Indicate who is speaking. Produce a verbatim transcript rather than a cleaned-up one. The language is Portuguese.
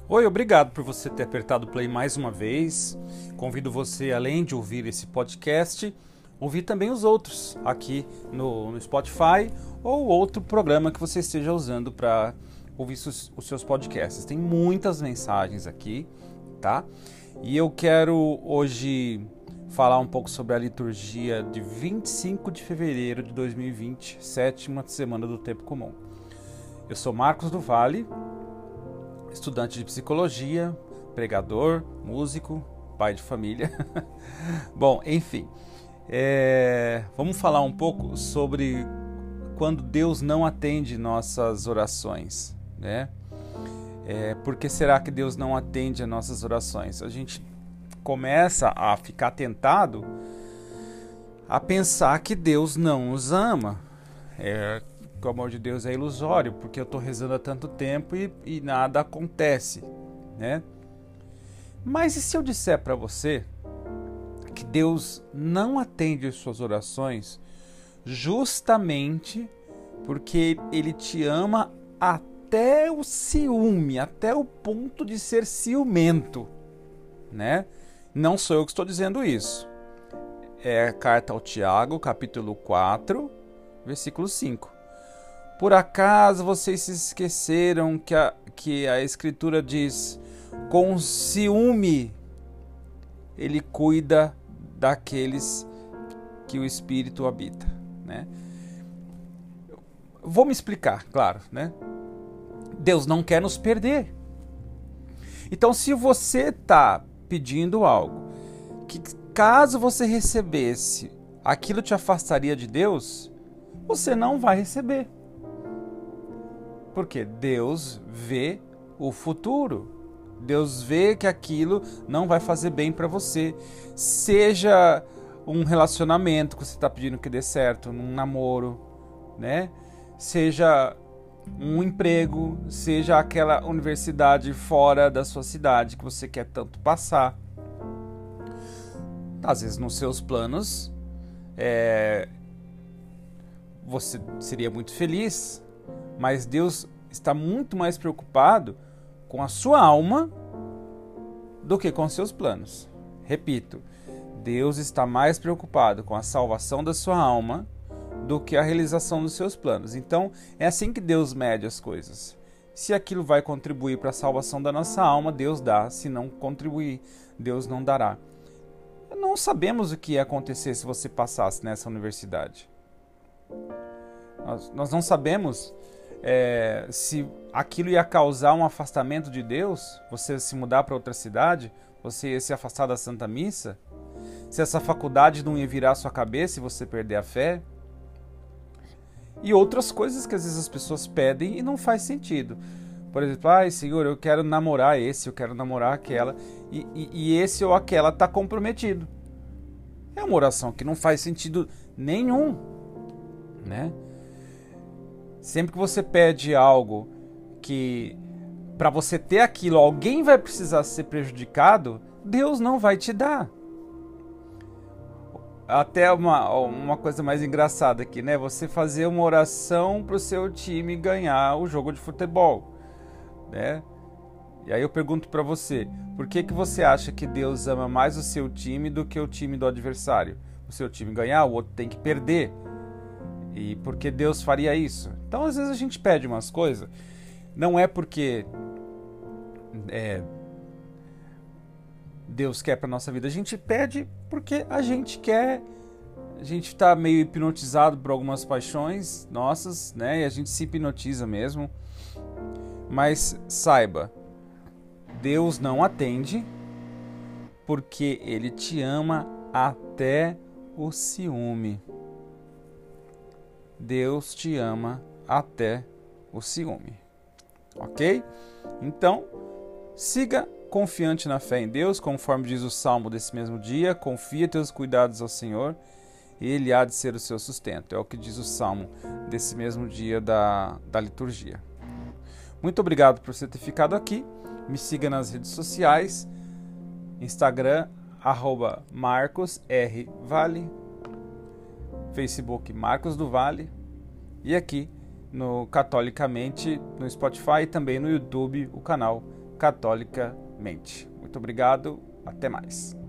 Speaker 1: Oi, obrigado por você ter apertado o play mais uma vez. Convido você, além de ouvir esse podcast, ouvir também os outros aqui no, no Spotify ou outro programa que você esteja usando para ouvir os, os seus podcasts. Tem muitas mensagens aqui, tá? E eu quero hoje falar um pouco sobre a liturgia de vinte e cinco de fevereiro de dois mil e vinte, sétima semana do Tempo Comum. Eu sou Marcos do Vale, estudante de psicologia, pregador, músico, pai de família. Bom, enfim, é... vamos falar um pouco sobre quando Deus não atende nossas orações, né? É... Por que será que Deus não atende as nossas orações? A gente começa a ficar tentado a pensar que Deus não nos ama. É... que o amor de Deus é ilusório, porque eu estou rezando há tanto tempo e, e nada acontece, né? Mas e se eu disser para você que Deus não atende as suas orações justamente porque Ele te ama até o ciúme, até o ponto de ser ciumento, né? Não sou eu que estou dizendo isso. É a carta ao Tiago, capítulo quatro, versículo cinco. Por acaso vocês se esqueceram que a, que a Escritura diz: com ciúme ele cuida daqueles que o Espírito habita, né? Vou me explicar, claro, né? Deus não quer nos perder. Então, se você está pedindo algo que, caso você recebesse, aquilo te afastaria de Deus, você não vai receber. Porque Deus vê o futuro. Deus vê que aquilo não vai fazer bem para você. Seja um relacionamento que você está pedindo que dê certo, num namoro, né? Seja um emprego, seja aquela universidade fora da sua cidade que você quer tanto passar. Às vezes nos seus planos, é... você seria muito feliz, mas Deus está muito mais preocupado com a sua alma do que com seus planos. Repito, Deus está mais preocupado com a salvação da sua alma do que a realização dos seus planos. Então, é assim que Deus mede as coisas. Se aquilo vai contribuir para a salvação da nossa alma, Deus dá. Se não contribuir, Deus não dará. Não sabemos o que ia acontecer se você passasse nessa universidade. Nós, nós não sabemos É, se aquilo ia causar um afastamento de Deus, você se mudar para outra cidade, você ia se afastar da Santa Missa, se essa faculdade não ia virar a sua cabeça e você perder a fé, e outras coisas que às vezes as pessoas pedem e não faz sentido. Por exemplo, ai Senhor, eu quero namorar esse, eu quero namorar aquela, e, e, e esse ou aquela está comprometido. É uma oração que não faz sentido nenhum, né? Sempre que você pede algo que para você ter aquilo alguém vai precisar ser prejudicado, Deus não vai te dar. Até uma, uma coisa mais engraçada aqui, né? Você fazer uma oração para o seu time ganhar o jogo de futebol, né? E aí eu pergunto para você, por que que você acha que Deus ama mais o seu time do que o time do adversário? O seu time ganhar, o outro tem que perder. E por que Deus faria isso? Então, às vezes a gente pede umas coisas, não é porque é, Deus quer para nossa vida, a gente pede porque a gente quer, a gente está meio hipnotizado por algumas paixões nossas, né? E a gente se hipnotiza mesmo. Mas saiba, Deus não atende porque Ele te ama até o ciúme. Deus te ama até o ciúme, ok? Então, siga confiante na fé em Deus, conforme diz o Salmo desse mesmo dia, confia teus cuidados ao Senhor, e Ele há de ser o seu sustento. É o que diz o Salmo desse mesmo dia da, da liturgia. Muito obrigado por você ter ficado aqui, me siga nas redes sociais, Instagram, arroba Marcos R. Vale, Facebook Marcos do Vale, e aqui no Catolicamente no Spotify e também no YouTube o canal catolicamente. Muito obrigado, até mais.